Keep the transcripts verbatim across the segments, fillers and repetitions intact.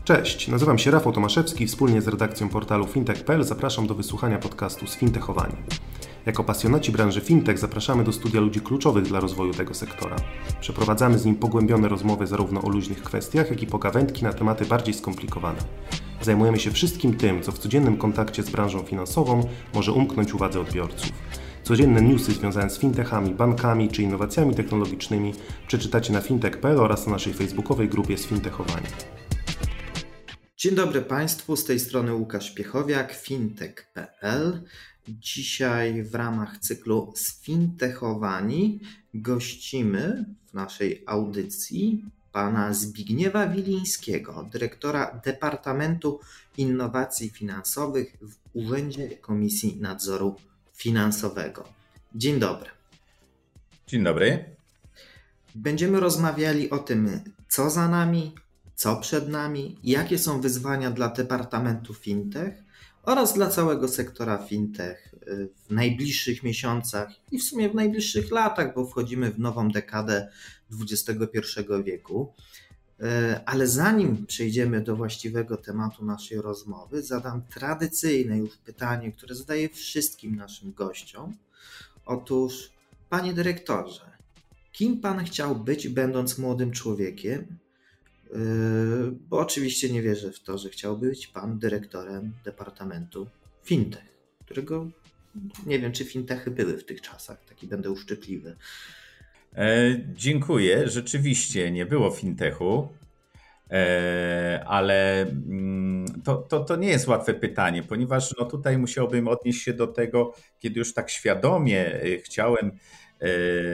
Cześć, nazywam się Rafał Tomaszewski i wspólnie z redakcją portalu fintech kropka p l zapraszam do wysłuchania podcastu Sfintechowani. Jako pasjonaci branży fintech zapraszamy do studia ludzi kluczowych dla rozwoju tego sektora. Przeprowadzamy z nim pogłębione rozmowy zarówno o luźnych kwestiach, jak i pogawędki na tematy bardziej skomplikowane. Zajmujemy się wszystkim tym, co w codziennym kontakcie z branżą finansową może umknąć uwadze odbiorców. Codzienne newsy związane z fintechami, bankami czy innowacjami technologicznymi przeczytacie na fintech kropka p l oraz na naszej facebookowej grupie Sfintechowani. Dzień dobry Państwu, z tej strony Łukasz Piechowiak, fintech kropka p l. Dzisiaj w ramach cyklu Sfintechowani gościmy w naszej audycji pana Zbigniewa Wilińskiego, dyrektora Departamentu Innowacji Finansowych w Urzędzie Komisji Nadzoru Finansowego. Dzień dobry. Dzień dobry. Będziemy rozmawiali o tym, co za nami, co przed nami, jakie są wyzwania dla Departamentu Fintech oraz dla całego sektora fintech w najbliższych miesiącach i w sumie w najbliższych latach, bo wchodzimy w nową dekadę dwudziestego pierwszego wieku. Ale zanim przejdziemy do właściwego tematu naszej rozmowy, zadam tradycyjne już pytanie, które zadaję wszystkim naszym gościom. Otóż, panie dyrektorze, kim pan chciał być, będąc młodym człowiekiem? Bo oczywiście nie wierzę w to, że chciał być pan dyrektorem Departamentu Fintech, którego nie wiem, czy fintechy były w tych czasach, taki będę uszczypliwy. E, dziękuję, rzeczywiście nie było fintechu, e, ale to, to, to nie jest łatwe pytanie, ponieważ no tutaj musiałbym odnieść się do tego, kiedy już tak świadomie chciałem e,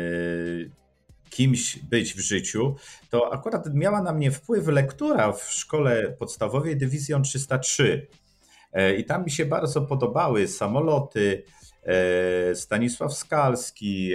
kimś być w życiu, to akurat miała na mnie wpływ lektura w szkole podstawowej Dywizjon trzysta trzy. I tam mi się bardzo podobały samoloty, Stanisław Skalski,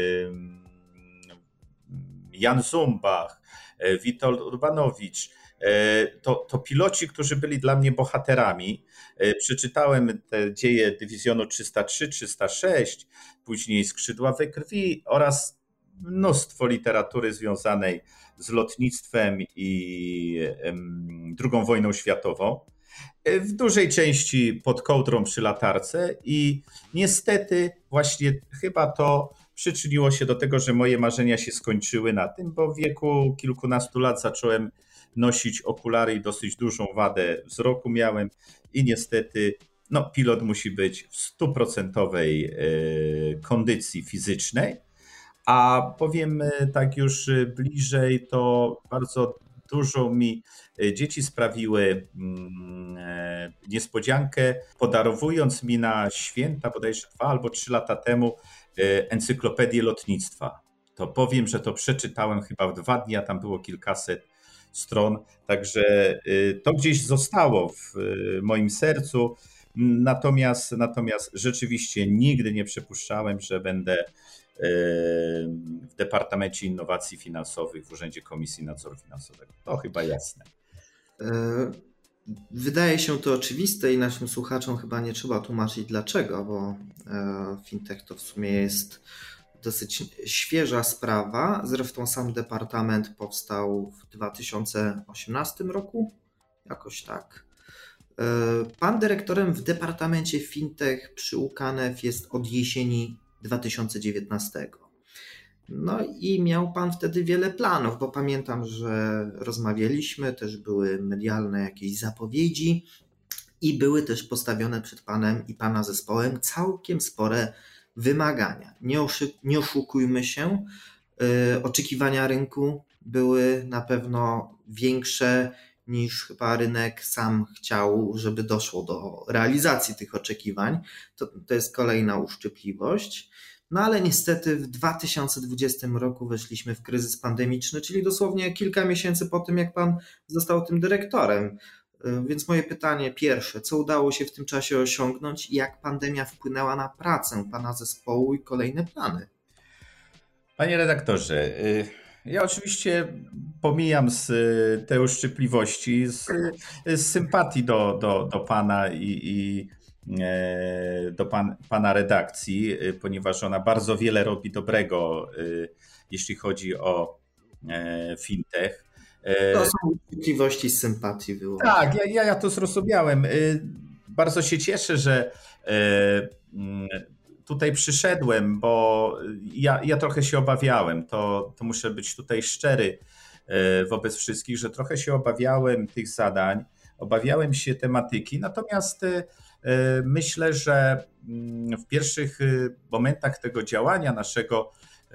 Jan Zumbach, Witold Urbanowicz. To, to piloci, którzy byli dla mnie bohaterami. Przeczytałem te dzieje Dywizjonu trzysta trzy, trzysta sześć, później Skrzydła we krwi oraz mnóstwo literatury związanej z lotnictwem i drugą wojną światową. W dużej części pod kołdrą przy latarce i niestety właśnie chyba to przyczyniło się do tego, że moje marzenia się skończyły na tym, bo w wieku kilkunastu lat zacząłem nosić okulary i dosyć dużą wadę wzroku miałem i niestety no, pilot musi być w stuprocentowej kondycji fizycznej. A powiem tak już bliżej, to bardzo dużo mi dzieci sprawiły niespodziankę, podarowując mi na święta bodajże dwa albo trzy lata temu encyklopedię lotnictwa. To powiem, że to przeczytałem chyba w dwa dni, a tam było kilkaset stron, także to gdzieś zostało w moim sercu. Natomiast, natomiast rzeczywiście nigdy nie przypuszczałem, że będę w Departamencie Innowacji Finansowych w Urzędzie Komisji Nadzoru Finansowego. To chyba jasne. Wydaje się to oczywiste i naszym słuchaczom chyba nie trzeba tłumaczyć dlaczego, bo fintech to w sumie jest dosyć świeża sprawa. Zresztą sam departament powstał w dwa tysiące osiemnastym roku, jakoś tak. Pan dyrektorem w Departamencie Fintech przy U K N F jest od jesieni dwa tysiące dziewiętnastego. No i miał pan wtedy wiele planów, bo pamiętam, że rozmawialiśmy, też były medialne jakieś zapowiedzi i były też postawione przed panem i pana zespołem całkiem spore wymagania. Nie, oszy- nie oszukujmy się, yy, oczekiwania rynku były na pewno większe niż chyba rynek sam chciał, żeby doszło do realizacji tych oczekiwań. To, to jest kolejna uszczypliwość. No ale niestety w dwa tysiące dwudziestym roku weszliśmy w kryzys pandemiczny, czyli dosłownie kilka miesięcy po tym, jak pan został tym dyrektorem. Więc moje pytanie pierwsze, co udało się w tym czasie osiągnąć i jak pandemia wpłynęła na pracę pana zespołu i kolejne plany? Panie redaktorze, ja oczywiście pomijam z te uszczypliwości, z, z sympatii do, do, do pana i, i do pan, pana redakcji, ponieważ ona bardzo wiele robi dobrego, jeśli chodzi o fintech. To są wątpliwości z sympatii było. Tak, ja, ja, ja to zrozumiałem. Bardzo się cieszę, że tutaj przyszedłem, bo ja, ja trochę się obawiałem, to, to muszę być tutaj szczery wobec wszystkich, że trochę się obawiałem tych zadań, obawiałem się tematyki, natomiast myślę, że w pierwszych momentach tego działania naszego,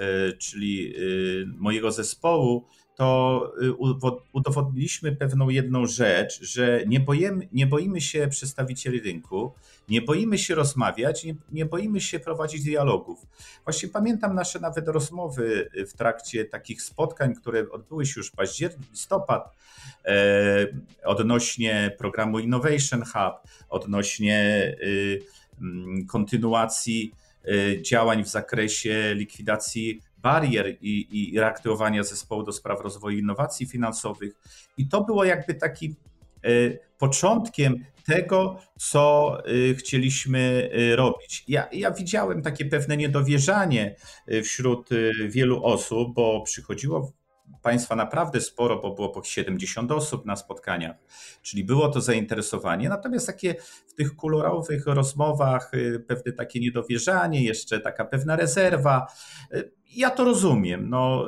czyli mojego zespołu, to udowodniliśmy pewną jedną rzecz, że nie boimy, nie boimy się przedstawicieli rynku, nie boimy się rozmawiać, nie, nie boimy się prowadzić dialogów. Właśnie pamiętam nasze nawet rozmowy w trakcie takich spotkań, które odbyły się już w październik, listopad, e, odnośnie programu Innovation Hub, odnośnie y, y, kontynuacji y, działań w zakresie likwidacji barier i, i reaktywowania zespołu do spraw rozwoju innowacji finansowych. I to było jakby taki y, początkiem tego, co y, chcieliśmy y, robić. Ja, ja widziałem takie pewne niedowierzanie wśród y, wielu osób, bo przychodziło Państwa naprawdę sporo, bo było po siedemdziesiąt osób na spotkaniach, czyli było to zainteresowanie. Natomiast takie w tych kolorowych rozmowach pewne takie niedowierzanie, jeszcze taka pewna rezerwa. Ja to rozumiem. No,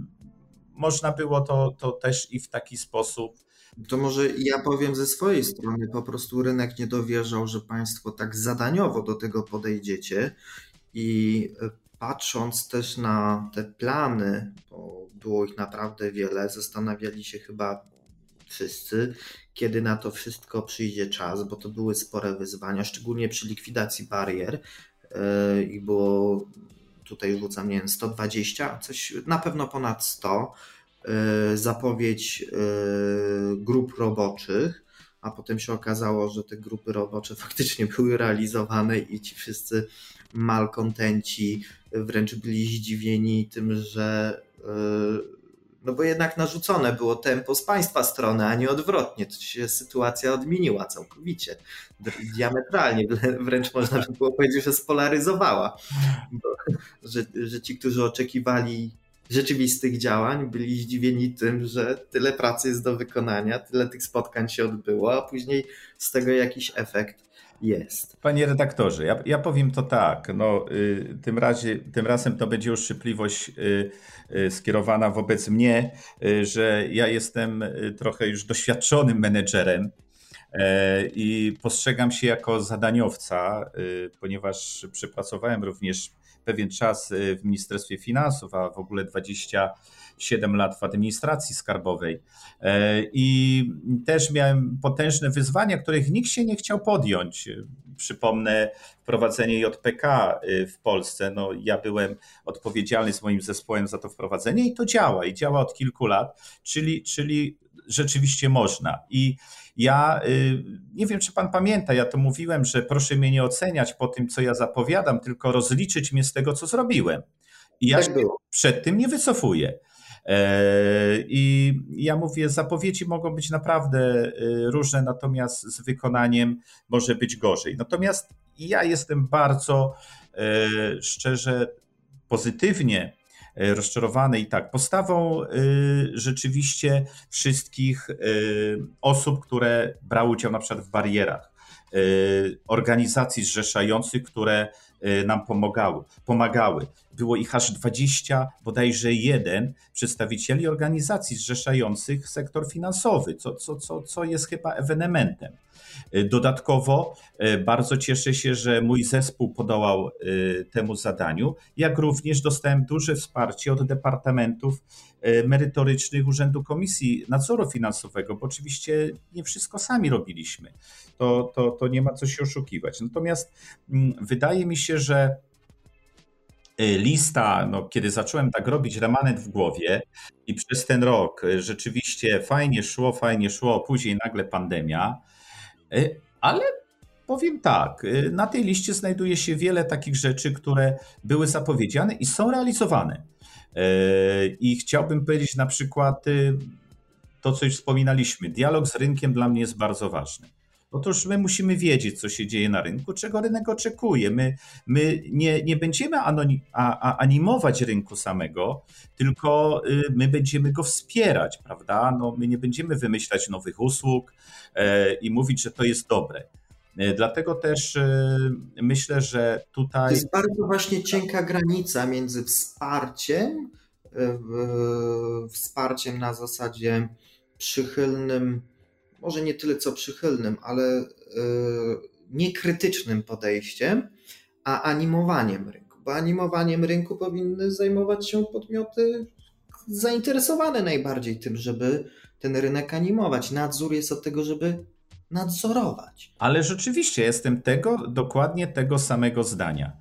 można było to, to też i w taki sposób. To może ja powiem ze swojej strony, po prostu rynek nie dowierzał, że Państwo tak zadaniowo do tego podejdziecie i patrząc też na te plany, bo było ich naprawdę wiele, zastanawiali się chyba wszyscy, kiedy na to wszystko przyjdzie czas, bo to były spore wyzwania, szczególnie przy likwidacji barier. Ich było, tutaj rzucam, nie wiem, sto dwadzieścia, coś na pewno ponad sto. Zapowiedź grup roboczych, a potem się okazało, że te grupy robocze faktycznie były realizowane i ci wszyscy malkontenci wręcz byli zdziwieni tym, że no bo jednak narzucone było tempo z Państwa strony, a nie odwrotnie. To się sytuacja odmieniła całkowicie, diametralnie, wręcz można by było powiedzieć, że spolaryzowała, bo, że, że ci, którzy oczekiwali rzeczywistych działań, byli zdziwieni tym, że tyle pracy jest do wykonania, tyle tych spotkań się odbyło, a później z tego jakiś efekt jest. Panie redaktorze, ja, ja powiem to tak, no, y, tym, razie, tym razem to będzie już szczypliwość y, y, skierowana wobec mnie, y, że ja jestem y, trochę już doświadczonym menedżerem y, i postrzegam się jako zadaniowca, y, ponieważ przepracowałem również pewien czas w Ministerstwie Finansów, a w ogóle dwadzieścia siedem lat w administracji skarbowej. I też miałem potężne wyzwania, których nikt się nie chciał podjąć. Przypomnę wprowadzenie J P K w Polsce. No, ja byłem odpowiedzialny z moim zespołem za to wprowadzenie i to działa. I działa od kilku lat, czyli, czyli rzeczywiście można. I ja nie wiem, czy pan pamięta, ja to mówiłem, że proszę mnie nie oceniać po tym, co ja zapowiadam, tylko rozliczyć mnie z tego, co zrobiłem. I ja się przed tym nie wycofuję. I ja mówię, zapowiedzi mogą być naprawdę różne, natomiast z wykonaniem może być gorzej. Natomiast ja jestem bardzo szczerze pozytywnie rozczarowany i tak postawą rzeczywiście wszystkich osób, które brały udział na przykład w barierach, organizacji zrzeszających, które nam pomagały, pomagały. Było ich aż dwadzieścia, bodajże jeden przedstawicieli organizacji zrzeszających sektor finansowy, co, co, co, co jest chyba ewenementem. Dodatkowo bardzo cieszę się, że mój zespół podołał temu zadaniu, jak również dostałem duże wsparcie od departamentów merytorycznych Urzędu Komisji Nadzoru Finansowego, bo oczywiście nie wszystko sami robiliśmy. To, to, to nie ma co się oszukiwać. Natomiast wydaje mi się, że lista, no, kiedy zacząłem tak robić remanent w głowie i przez ten rok rzeczywiście fajnie szło, fajnie szło, później nagle pandemia, ale powiem tak, na tej liście znajduje się wiele takich rzeczy, które były zapowiedziane i są realizowane. I chciałbym powiedzieć na przykład to, co już wspominaliśmy. Dialog z rynkiem dla mnie jest bardzo ważny. Otóż my musimy wiedzieć, co się dzieje na rynku, czego rynek oczekuje. My, my nie, nie będziemy anoni- a, a animować rynku samego, tylko my będziemy go wspierać, prawda? No, my nie będziemy wymyślać nowych usług e, i mówić, że to jest dobre. Dlatego też myślę, że tutaj... To jest bardzo właśnie cienka granica między wsparciem, wsparciem na zasadzie przychylnym, może nie tyle co przychylnym, ale niekrytycznym podejściem, a animowaniem rynku. Bo animowaniem rynku powinny zajmować się podmioty zainteresowane najbardziej tym, żeby ten rynek animować. Nadzór jest od tego, żeby nadzorować. Ale rzeczywiście jestem tego, dokładnie tego samego zdania.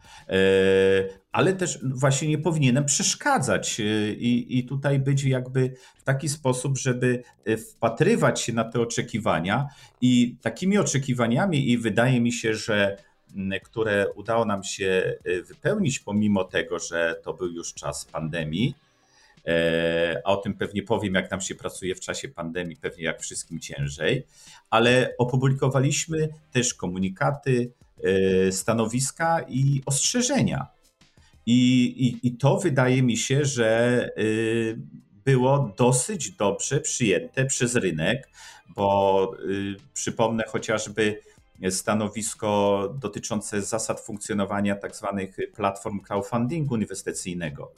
Ale też właśnie nie powinienem przeszkadzać i, i tutaj być jakby w taki sposób, żeby wpatrywać się na te oczekiwania i takimi oczekiwaniami, i wydaje mi się, że które udało nam się wypełnić pomimo tego, że to był już czas pandemii, a o tym pewnie powiem, jak nam się pracuje w czasie pandemii, pewnie jak wszystkim ciężej, ale opublikowaliśmy też komunikaty, stanowiska i ostrzeżenia. I, i, i to wydaje mi się, że było dosyć dobrze przyjęte przez rynek, bo przypomnę chociażby stanowisko dotyczące zasad funkcjonowania tak zwanych platform crowdfundingu inwestycyjnego.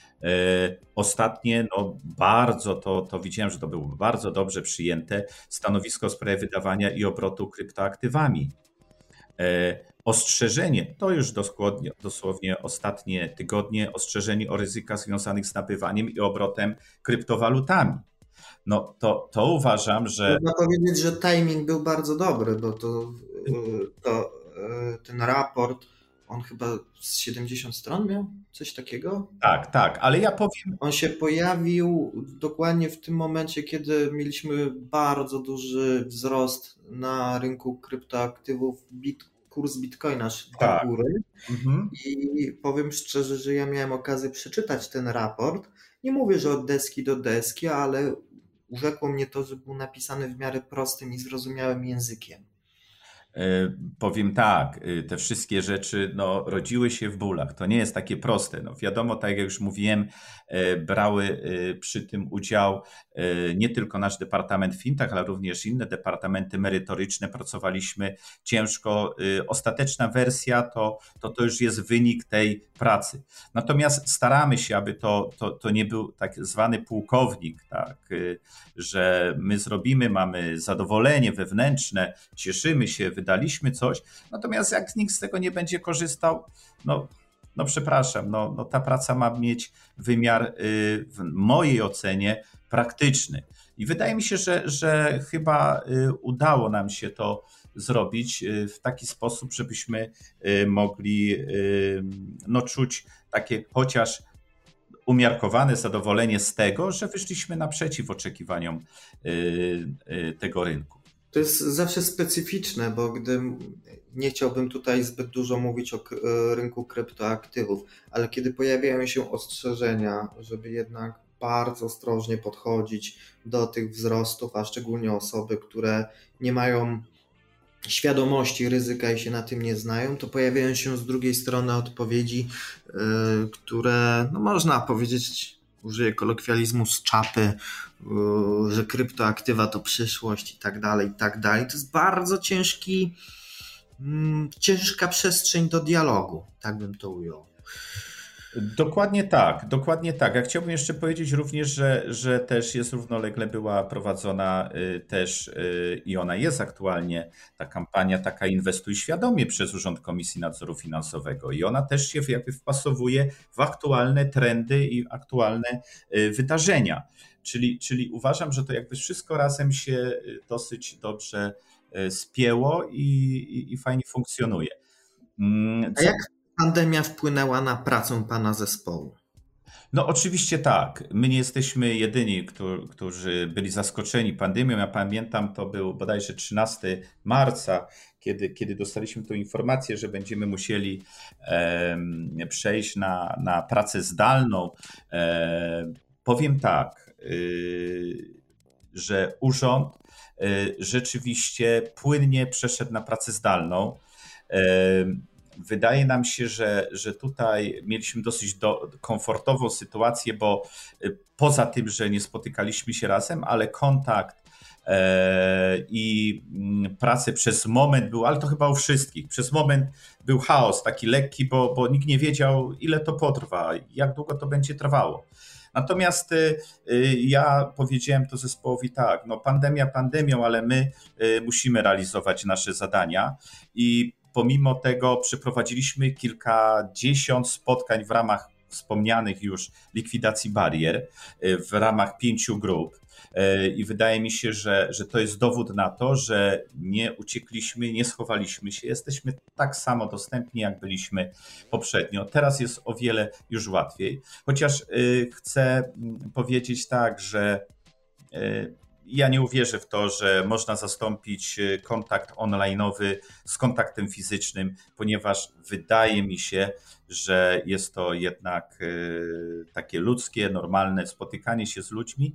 Ostatnie, no bardzo to, to widziałem, że to było bardzo dobrze przyjęte stanowisko w sprawie wydawania i obrotu kryptoaktywami. Ostrzeżenie, to już dosłownie, dosłownie ostatnie tygodnie, ostrzeżenie o ryzykach związanych z nabywaniem i obrotem kryptowalutami. No to, to uważam, że... Można powiedzieć, że timing był bardzo dobry, bo to, to ten raport, on chyba z siedemdziesiąt stron miał? Coś takiego? Tak, tak, ale ja powiem... On się pojawił dokładnie w tym momencie, kiedy mieliśmy bardzo duży wzrost na rynku kryptoaktywów, bit, kurs bitcoina szedł tak. do góry. Mhm. I powiem szczerze, że ja miałem okazję przeczytać ten raport. Nie mówię, że od deski do deski, ale urzekło mnie to, że był napisany w miarę prostym i zrozumiałym językiem. Powiem tak, te wszystkie rzeczy no, rodziły się w bólach. To nie jest takie proste. No, wiadomo, tak jak już mówiłem, brały przy tym udział nie tylko nasz Departament Fintech, ale również inne departamenty merytoryczne. Pracowaliśmy ciężko. Ostateczna wersja to, to, to już jest wynik tej pracy. Natomiast staramy się, aby to, to, to nie był tak zwany pułkownik, tak, że my zrobimy, mamy zadowolenie wewnętrzne, cieszymy się, wydaliśmy coś, natomiast jak nikt z tego nie będzie korzystał, no, no przepraszam, no, no ta praca ma mieć wymiar w mojej ocenie praktyczny. I wydaje mi się, że, że chyba udało nam się to zrobić w taki sposób, żebyśmy mogli no, czuć takie chociaż umiarkowane zadowolenie z tego, że wyszliśmy naprzeciw oczekiwaniom tego rynku. To jest zawsze specyficzne, bo gdy nie chciałbym tutaj zbyt dużo mówić o rynku kryptoaktywów, ale kiedy pojawiają się ostrzeżenia, żeby jednak bardzo ostrożnie podchodzić do tych wzrostów, a szczególnie osoby, które nie mają świadomości ryzyka i się na tym nie znają, to pojawiają się z drugiej strony odpowiedzi, które no można powiedzieć, użyję kolokwializmu z czapy, że kryptoaktywa to przyszłość i tak dalej, i tak dalej. To jest bardzo ciężki, ciężka przestrzeń do dialogu, tak bym to ujął. Dokładnie tak, dokładnie tak. Ja chciałbym jeszcze powiedzieć również, że, że też jest równolegle była prowadzona też i ona jest aktualnie, ta kampania taka Inwestuj Świadomie przez Urząd Komisji Nadzoru Finansowego i ona też się jakby wpasowuje w aktualne trendy i aktualne wydarzenia. Czyli, czyli uważam, że to jakby wszystko razem się dosyć dobrze spięło i, i, i fajnie funkcjonuje. Co? A jak pandemia wpłynęła na pracę pana zespołu? No oczywiście tak. My nie jesteśmy jedyni, którzy byli zaskoczeni pandemią. Ja pamiętam, to był bodajże trzynastego marca, kiedy, kiedy dostaliśmy tę informację, że będziemy musieli e, przejść na, na pracę zdalną. E, powiem tak, e, że urząd rzeczywiście płynnie przeszedł na pracę zdalną. Wydaje nam się, że, że tutaj mieliśmy dosyć do, komfortową sytuację, bo poza tym, że nie spotykaliśmy się razem, ale kontakt e, i pracę przez moment był, ale to chyba u wszystkich, przez moment był chaos taki lekki, bo, bo nikt nie wiedział, ile to potrwa, jak długo to będzie trwało. Natomiast y, ja powiedziałem to zespołowi tak, no pandemia pandemią, ale my y, musimy realizować nasze zadania i pomimo tego przeprowadziliśmy kilkadziesiąt spotkań w ramach wspomnianych już likwidacji barier, w ramach pięciu grup. I wydaje mi się, że, że to jest dowód na to, że nie uciekliśmy, nie schowaliśmy się. Jesteśmy tak samo dostępni, jak byliśmy poprzednio. Teraz jest o wiele już łatwiej. Chociaż chcę powiedzieć tak, że ja nie uwierzę w to, że można zastąpić kontakt online'owy z kontaktem fizycznym, ponieważ wydaje mi się, że jest to jednak takie ludzkie, normalne spotykanie się z ludźmi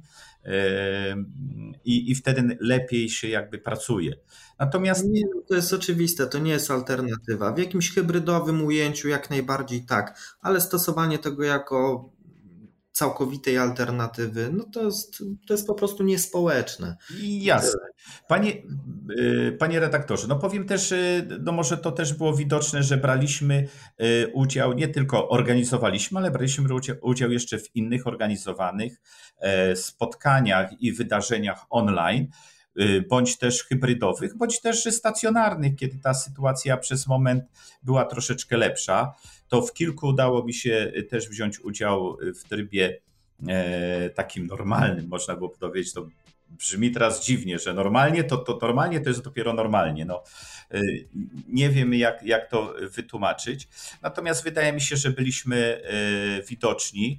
i, i wtedy lepiej się jakby pracuje. Natomiast nie, to jest oczywiste, to nie jest alternatywa. W jakimś hybrydowym ujęciu jak najbardziej tak, ale stosowanie tego jako całkowitej alternatywy, no to jest, to jest po prostu niespołeczne. Jasne. Panie, panie redaktorze, no powiem też, no może to też było widoczne, że braliśmy udział, nie tylko organizowaliśmy, ale braliśmy udział, udział jeszcze w innych organizowanych spotkaniach i wydarzeniach online, bądź też hybrydowych, bądź też stacjonarnych, kiedy ta sytuacja przez moment była troszeczkę lepsza. To w kilku udało mi się też wziąć udział w trybie takim normalnym, można było powiedzieć, to brzmi teraz dziwnie, że normalnie to, to normalnie to jest dopiero normalnie. No, nie wiem jak, jak to wytłumaczyć, natomiast wydaje mi się, że byliśmy widoczni,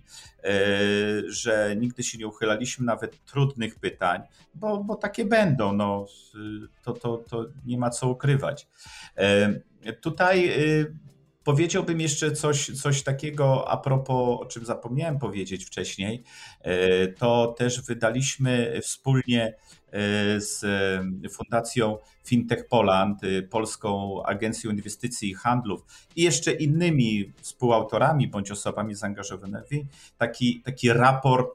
że nigdy się nie uchylaliśmy nawet trudnych pytań, bo, bo takie będą, no, to, to, to nie ma co ukrywać. Tutaj powiedziałbym jeszcze coś, coś takiego a propos, o czym zapomniałem powiedzieć wcześniej, to też wydaliśmy wspólnie z Fundacją Fintech Poland, Polską Agencją Inwestycji i Handlów i jeszcze innymi współautorami bądź osobami zaangażowanymi taki, taki raport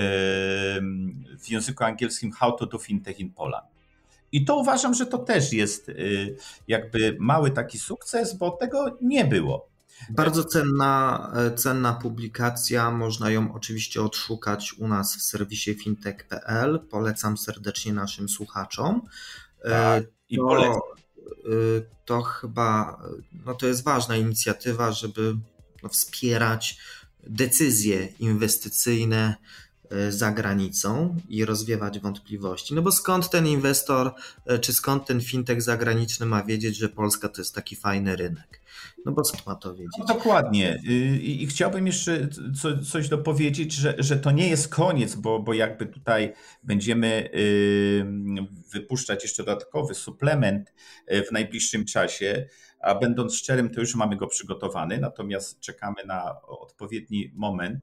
w języku angielskim How to do Fintech in Poland. I to uważam, że to też jest jakby mały taki sukces, bo tego nie było. Bardzo cenna, cenna publikacja, można ją oczywiście odszukać u nas w serwisie fintech kropka p l. Polecam serdecznie naszym słuchaczom. Tak, i to, polecam. To chyba, no to jest ważna inicjatywa, żeby no, wspierać decyzje inwestycyjne za granicą i rozwiewać wątpliwości. No bo skąd ten inwestor, czy skąd ten fintech zagraniczny ma wiedzieć, że Polska to jest taki fajny rynek? No bo skąd ma to wiedzieć? No dokładnie. I, i chciałbym jeszcze co, coś dopowiedzieć, że, że to nie jest koniec, bo, bo jakby tutaj będziemy wypuszczać jeszcze dodatkowy suplement w najbliższym czasie, a będąc szczerym, to już mamy go przygotowany, natomiast czekamy na odpowiedni moment,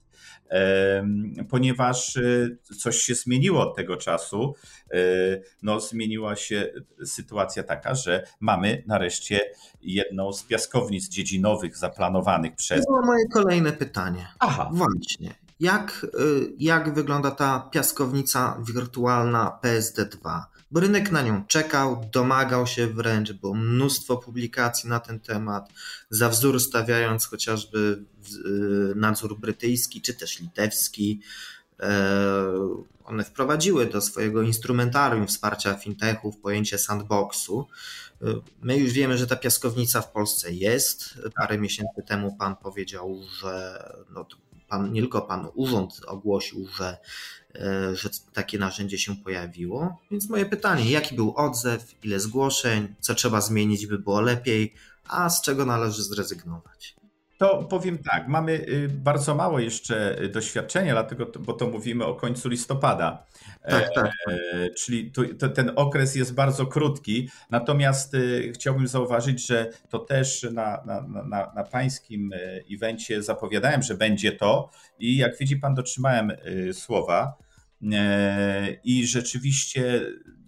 ponieważ coś się zmieniło od tego czasu. No, zmieniła się sytuacja taka, że mamy nareszcie jedną z piaskownic dziedzinowych zaplanowanych przez... To było moje kolejne pytanie. Aha. Właśnie. Jak, jak wygląda ta piaskownica wirtualna P S D dwa? Bo rynek na nią czekał, domagał się wręcz, było mnóstwo publikacji na ten temat, za wzór stawiając chociażby nadzór brytyjski czy też litewski. One wprowadziły do swojego instrumentarium wsparcia fintechów pojęcie sandboxu. My już wiemy, że ta piaskownica w Polsce jest. Parę miesięcy temu pan powiedział, że no, pan, nie tylko pan urząd ogłosił, że, że takie narzędzie się pojawiło. Więc moje pytanie, jaki był odzew, ile zgłoszeń, co trzeba zmienić, by było lepiej, a z czego należy zrezygnować? To powiem tak, mamy bardzo mało jeszcze doświadczenia, dlatego, bo to mówimy o końcu listopada. Tak, tak. E, czyli tu, to, ten okres jest bardzo krótki, natomiast e, chciałbym zauważyć, że to też na, na, na, na pańskim evencie zapowiadałem, że będzie to i jak widzi pan, dotrzymałem e, słowa e, i rzeczywiście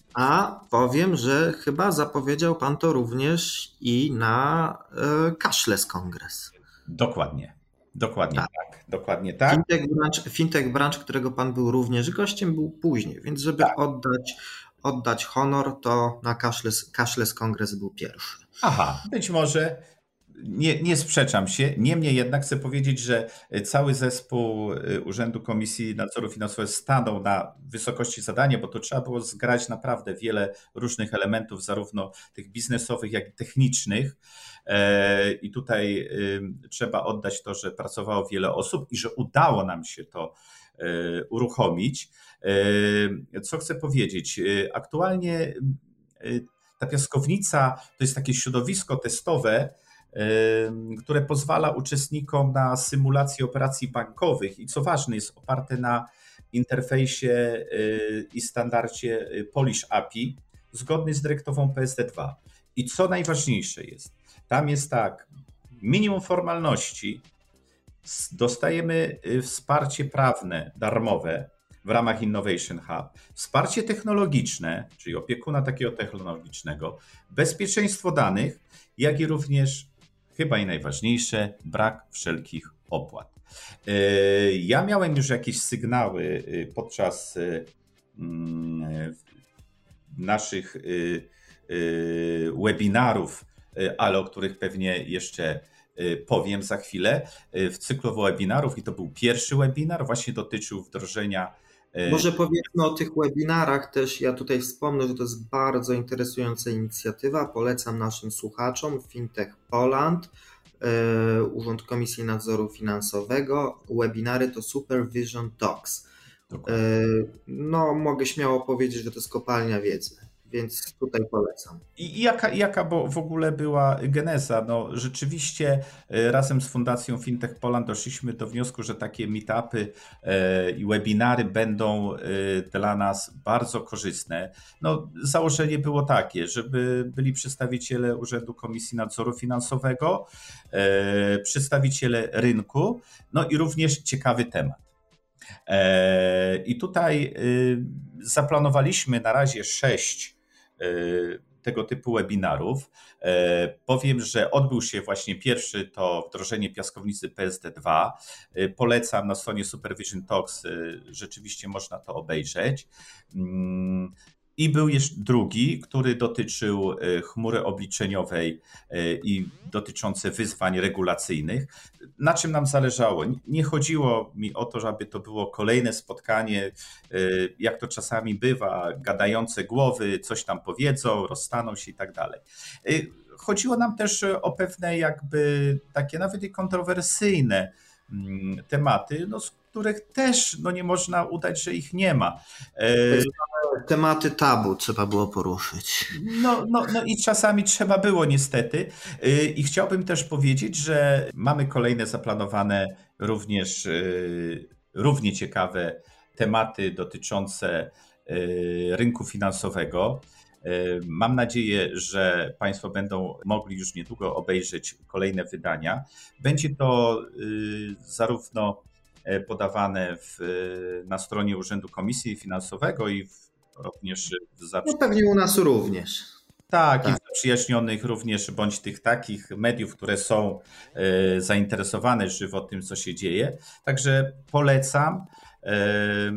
A powiem, że chyba zapowiedział pan to również i na e, Cashless Congress. Dokładnie, dokładnie tak, tak dokładnie tak. Fintech Branch, Fintech Branch, którego pan był również gościem, był później, więc żeby tak. oddać, oddać honor, to na Cashless, Cashless Congress był pierwszy. Aha, być może. Nie, nie sprzeczam się, niemniej jednak chcę powiedzieć, że cały zespół Urzędu Komisji Nadzoru Finansowego stanął na wysokości zadania, bo to trzeba było zgrać naprawdę wiele różnych elementów, zarówno tych biznesowych, jak i technicznych. I tutaj trzeba oddać to, że pracowało wiele osób i że udało nam się to uruchomić. Co chcę powiedzieć? Aktualnie ta piaskownica to jest takie środowisko testowe, które pozwala uczestnikom na symulację operacji bankowych i co ważne jest oparte na interfejsie i standardzie Polish A P I zgodny z dyrektywą P S D dwa. I co najważniejsze jest, tam jest tak, minimum formalności, dostajemy wsparcie prawne darmowe w ramach Innovation Hub, wsparcie technologiczne, czyli opiekuna takiego technologicznego, bezpieczeństwo danych, jak i również chyba i najważniejsze, brak wszelkich opłat. Ja miałem już jakieś sygnały podczas naszych webinarów, ale o których pewnie jeszcze powiem za chwilę, w cyklu webinarów i to był pierwszy webinar, właśnie dotyczył wdrożenia. Może powiedzmy o tych webinarach też, ja tutaj wspomnę, że to jest bardzo interesująca inicjatywa, polecam naszym słuchaczom, Fintech Poland, Urząd Komisji Nadzoru Finansowego, webinary to Supervision Talks. Dokładnie. No mogę śmiało powiedzieć, że to jest kopalnia wiedzy. Więc tutaj polecam. I jaka, jaka bo w ogóle była geneza? No, rzeczywiście razem z Fundacją Fintech Poland doszliśmy do wniosku, że takie meetupy i webinary będą dla nas bardzo korzystne. No, założenie było takie, żeby byli przedstawiciele Urzędu Komisji Nadzoru Finansowego, przedstawiciele rynku, no i również ciekawy temat. I tutaj zaplanowaliśmy na razie sześć tego typu webinarów. Powiem, że odbył się właśnie pierwszy, to wdrożenie piaskownicy P S D dwa. Polecam na stronie Supervision Talks, rzeczywiście można to obejrzeć. I był jeszcze drugi, który dotyczył chmury obliczeniowej i dotyczący wyzwań regulacyjnych. Na czym nam zależało? Nie chodziło mi o to, żeby to było kolejne spotkanie, jak to czasami bywa, gadające głowy, coś tam powiedzą, rozstaną się i tak dalej. Chodziło nam też o pewne jakby takie nawet i kontrowersyjne tematy, no, z których też no, nie można udać, że ich nie ma. Tematy tabu trzeba było poruszyć. No, no, no i czasami trzeba było niestety. I chciałbym też powiedzieć, że mamy kolejne zaplanowane również równie ciekawe tematy dotyczące rynku finansowego. Mam nadzieję, że Państwo będą mogli już niedługo obejrzeć kolejne wydania. Będzie to zarówno podawane w, na stronie Urzędu Komisji Finansowego i w, również w zaprzy... No pewnie u nas również. Tak, tak, i w zaprzyjaźnionych również, bądź tych takich mediów, które są e, zainteresowane żywo tym, co się dzieje. Także polecam e,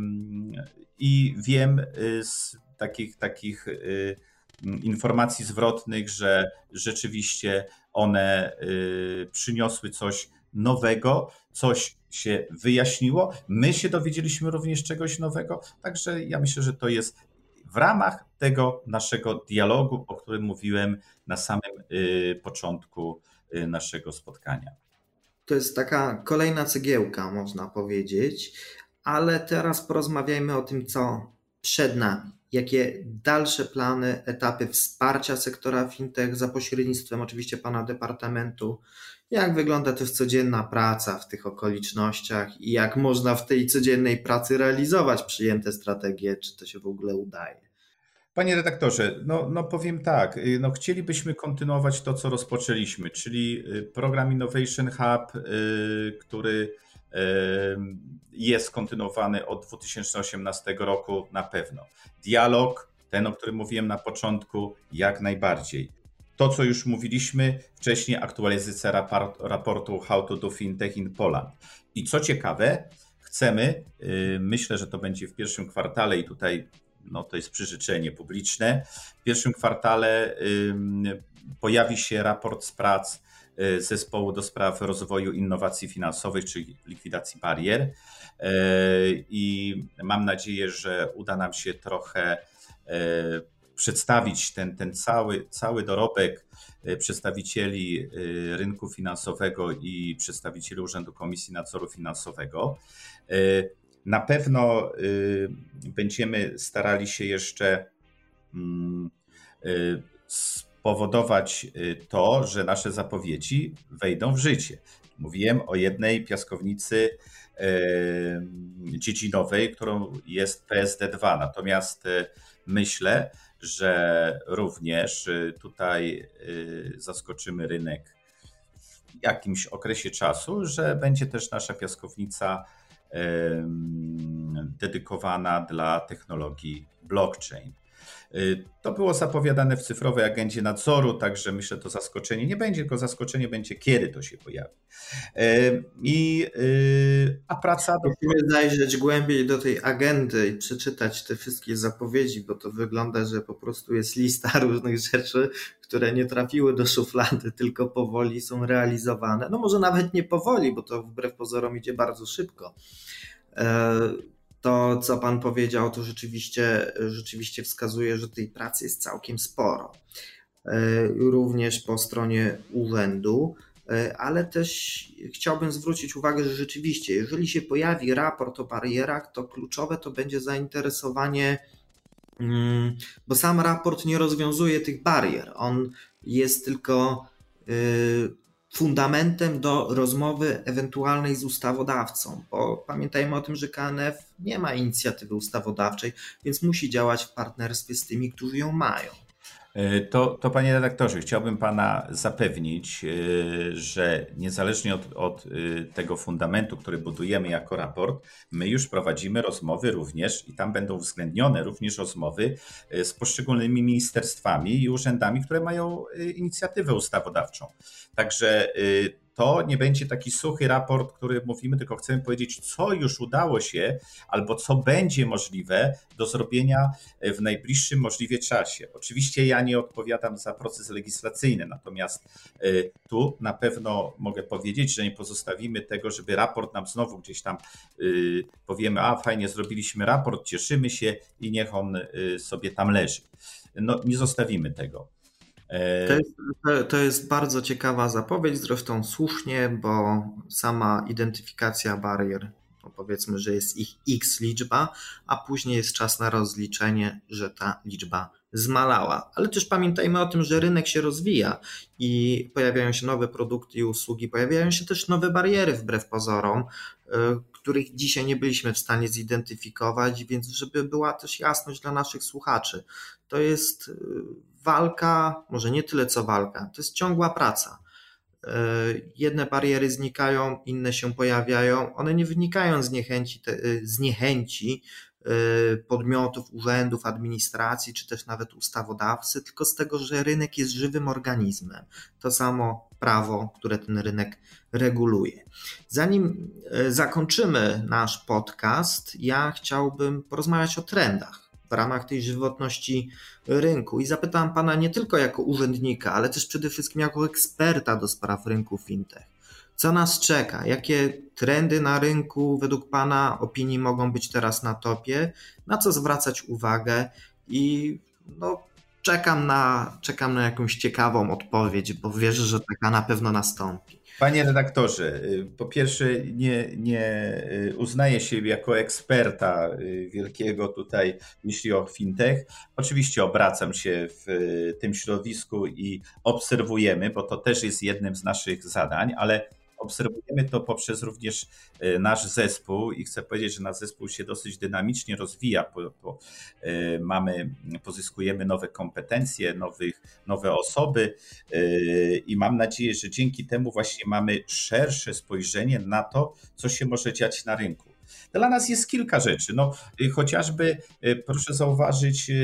i wiem z takich, takich e, informacji zwrotnych, że rzeczywiście one e, przyniosły coś nowego, coś się wyjaśniło. My się dowiedzieliśmy również czegoś nowego, także ja myślę, że to jest w ramach tego naszego dialogu, o którym mówiłem na samym y, początku y, naszego spotkania. To jest taka kolejna cegiełka, można powiedzieć, ale teraz porozmawiajmy o tym, co przed nami. Jakie dalsze plany, etapy wsparcia sektora fintech za pośrednictwem oczywiście Pana Departamentu? Jak wygląda też codzienna praca w tych okolicznościach i jak można w tej codziennej pracy realizować przyjęte strategie? Czy to się w ogóle udaje? Panie redaktorze, no, no powiem tak, no chcielibyśmy kontynuować to, co rozpoczęliśmy, czyli program Innovation Hub, który jest kontynuowany od dwa tysiące osiemnastego roku na pewno. Dialog ten, o którym mówiłem na początku, jak najbardziej. To, co już mówiliśmy wcześniej, aktualizacja raport, raportu How to do Fintech in Poland. I co ciekawe, chcemy, myślę, że to będzie w pierwszym kwartale i tutaj no, to jest przyrzeczenie publiczne, w pierwszym kwartale pojawi się raport z prac Zespołu do spraw rozwoju innowacji finansowych, czyli likwidacji barier. I mam nadzieję, że uda nam się trochę przedstawić ten, ten cały, cały dorobek przedstawicieli rynku finansowego i przedstawicieli Urzędu Komisji Nadzoru Finansowego. Na pewno będziemy starali się jeszcze spowodować to, że nasze zapowiedzi wejdą w życie. Mówiłem o jednej piaskownicy dziedzinowej, którą jest P S D dwa, natomiast myślę, że również tutaj zaskoczymy rynek w jakimś okresie czasu, że będzie też nasza piaskownica dedykowana dla technologii blockchain. To było zapowiadane w cyfrowej agendzie nadzoru, także myślę, że to zaskoczenie nie będzie, tylko zaskoczenie będzie, kiedy to się pojawi. I, a praca... Musimy zajrzeć głębiej do tej agendy i przeczytać te wszystkie zapowiedzi, bo to wygląda, że po prostu jest lista różnych rzeczy, które nie trafiły do szuflady, tylko powoli są realizowane. No może nawet nie powoli, bo to wbrew pozorom idzie bardzo szybko. To, co pan powiedział, to rzeczywiście, rzeczywiście wskazuje, że tej pracy jest całkiem sporo. Również po stronie urzędu, ale też chciałbym zwrócić uwagę, że rzeczywiście, jeżeli się pojawi raport o barierach, to kluczowe to będzie zainteresowanie, bo sam raport nie rozwiązuje tych barier. On jest tylko fundamentem do rozmowy ewentualnej z ustawodawcą, bo pamiętajmy o tym, że K N F nie ma inicjatywy ustawodawczej, więc musi działać w partnerstwie z tymi, którzy ją mają. To, to panie redaktorze, chciałbym pana zapewnić, że niezależnie od, od tego fundamentu, który budujemy jako raport, my już prowadzimy rozmowy również i tam będą uwzględnione również rozmowy z poszczególnymi ministerstwami i urzędami, które mają inicjatywę ustawodawczą. Także to nie będzie taki suchy raport, który mówimy, tylko chcemy powiedzieć, co już udało się albo co będzie możliwe do zrobienia w najbliższym możliwie czasie. Oczywiście ja nie odpowiadam za proces legislacyjny, natomiast tu na pewno mogę powiedzieć, że nie pozostawimy tego, żeby raport nam znowu gdzieś tam powiemy, a fajnie zrobiliśmy raport, cieszymy się i niech on sobie tam leży. No nie zostawimy tego. To jest, to jest bardzo ciekawa zapowiedź, zresztą słusznie, bo sama identyfikacja barier, no powiedzmy, że jest ich X liczba, a później jest czas na rozliczenie, że ta liczba zmalała. Ale też pamiętajmy o tym, że rynek się rozwija i pojawiają się nowe produkty i usługi, pojawiają się też nowe bariery wbrew pozorom, których dzisiaj nie byliśmy w stanie zidentyfikować, więc żeby była też jasność dla naszych słuchaczy, to jest walka, może nie tyle co walka, to jest ciągła praca. Jedne bariery znikają, inne się pojawiają. One nie wynikają z niechęci, z niechęci podmiotów, urzędów, administracji, czy też nawet ustawodawcy, tylko z tego, że rynek jest żywym organizmem. To samo prawo, które ten rynek reguluje. Zanim zakończymy nasz podcast, ja chciałbym porozmawiać o trendach w ramach tej żywotności rynku i zapytałem pana nie tylko jako urzędnika, ale też przede wszystkim jako eksperta do spraw rynku fintech. Co nas czeka? Jakie trendy na rynku według pana opinii mogą być teraz na topie? Na co zwracać uwagę? I no, czekam na, czekam na jakąś ciekawą odpowiedź, bo wierzę, że taka na pewno nastąpi. Panie redaktorze, po pierwsze nie, nie uznaję siebie jako eksperta wielkiego tutaj, jeśli o fintech. Oczywiście obracam się w tym środowisku i obserwujemy, bo to też jest jednym z naszych zadań, ale obserwujemy to poprzez również nasz zespół i chcę powiedzieć, że nasz zespół się dosyć dynamicznie rozwija, bo, bo mamy, pozyskujemy nowe kompetencje, nowych, nowe osoby i mam nadzieję, że dzięki temu właśnie mamy szersze spojrzenie na to, co się może dziać na rynku. Dla nas jest kilka rzeczy, no chociażby proszę zauważyć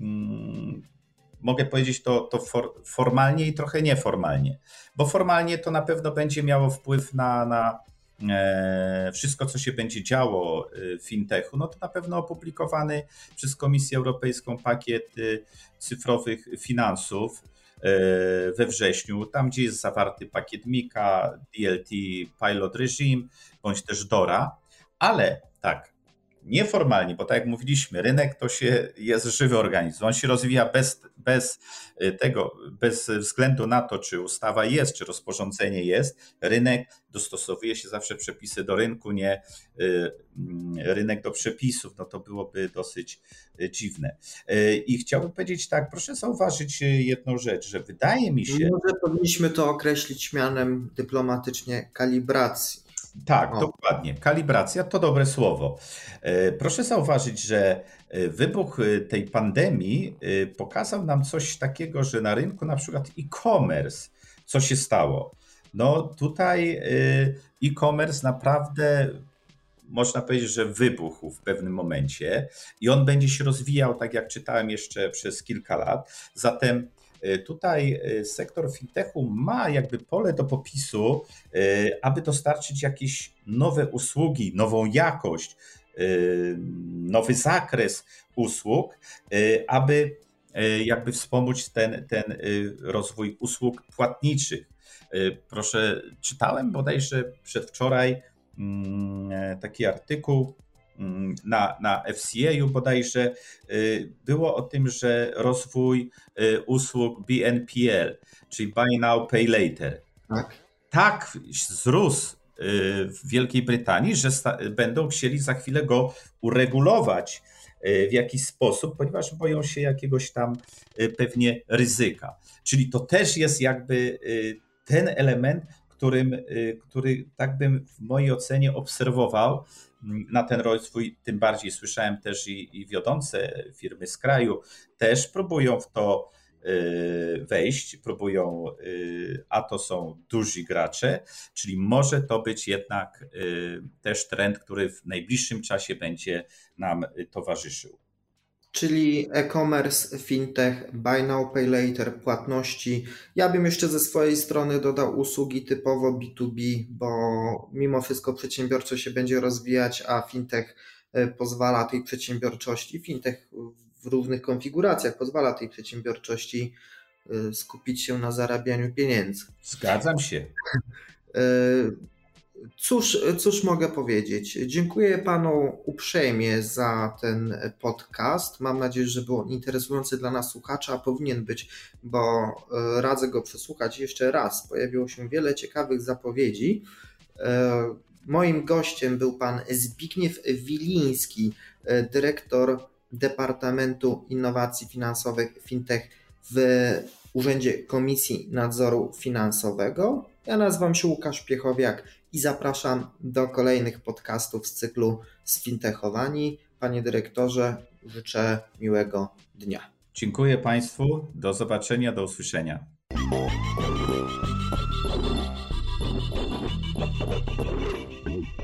mogę powiedzieć to, to for, formalnie i trochę nieformalnie, bo formalnie to na pewno będzie miało wpływ na, na e, wszystko, co się będzie działo w fintechu, no to na pewno opublikowany przez Komisję Europejską pakiet cyfrowych finansów we wrześniu, tam gdzie jest zawarty pakiet MiCA, D L T, Pilot Regime, bądź też DORA, ale tak, nieformalnie, bo tak jak mówiliśmy, rynek to się jest żywy organizm, on się rozwija bez, bez tego, bez względu na to, czy ustawa jest, czy rozporządzenie jest, rynek dostosowuje się zawsze przepisy do rynku, nie rynek do przepisów, no to byłoby dosyć dziwne. I chciałbym powiedzieć tak, proszę zauważyć jedną rzecz, że wydaje mi się... Może powinniśmy to określić mianem dyplomatycznie kalibracji. Tak, o. Dokładnie. Kalibracja to dobre słowo. Proszę zauważyć, że wybuch tej pandemii pokazał nam coś takiego, że na rynku na przykład e-commerce, co się stało? No tutaj e-commerce naprawdę można powiedzieć, że wybuchł w pewnym momencie i on będzie się rozwijał, tak jak czytałem, jeszcze przez kilka lat. Zatem tutaj sektor fintechu ma jakby pole do popisu, aby dostarczyć jakieś nowe usługi, nową jakość, nowy zakres usług, aby jakby wspomóc ten, ten rozwój usług płatniczych. Proszę, czytałem bodajże przedwczoraj taki artykuł na, na F C A u bodajże, było o tym, że rozwój usług B N P L, czyli Buy Now, Pay Later, tak, tak wzrósł w Wielkiej Brytanii, że sta- będą chcieli za chwilę go uregulować w jakiś sposób, ponieważ boją się jakiegoś tam pewnie ryzyka. Czyli to też jest jakby ten element, którym, który tak bym w mojej ocenie obserwował na ten rozwój, tym bardziej słyszałem też i, i wiodące firmy z kraju też próbują w to wejść, próbują, a to są duzi gracze, czyli może to być jednak też trend, który w najbliższym czasie będzie nam towarzyszył. Czyli e-commerce, fintech, buy now, pay later, płatności. Ja bym jeszcze ze swojej strony dodał usługi typowo B dwa B, bo mimo wszystko przedsiębiorczość się będzie rozwijać, a fintech pozwala tej przedsiębiorczości, fintech w różnych konfiguracjach pozwala tej przedsiębiorczości skupić się na zarabianiu pieniędzy. Zgadzam się. Cóż, cóż mogę powiedzieć? Dziękuję panu uprzejmie za ten podcast. Mam nadzieję, że był on interesujący dla nas słuchacza, a powinien być, bo radzę go przesłuchać jeszcze raz. Pojawiło się wiele ciekawych zapowiedzi. Moim gościem był pan Zbigniew Wiliński, dyrektor Departamentu Innowacji Finansowych Fintech w Urzędzie Komisji Nadzoru Finansowego. Ja nazywam się Łukasz Piechowiak i zapraszam do kolejnych podcastów z cyklu Sfintechowani. Panie dyrektorze, życzę miłego dnia. Dziękuję Państwu. Do zobaczenia, do usłyszenia. Thank you.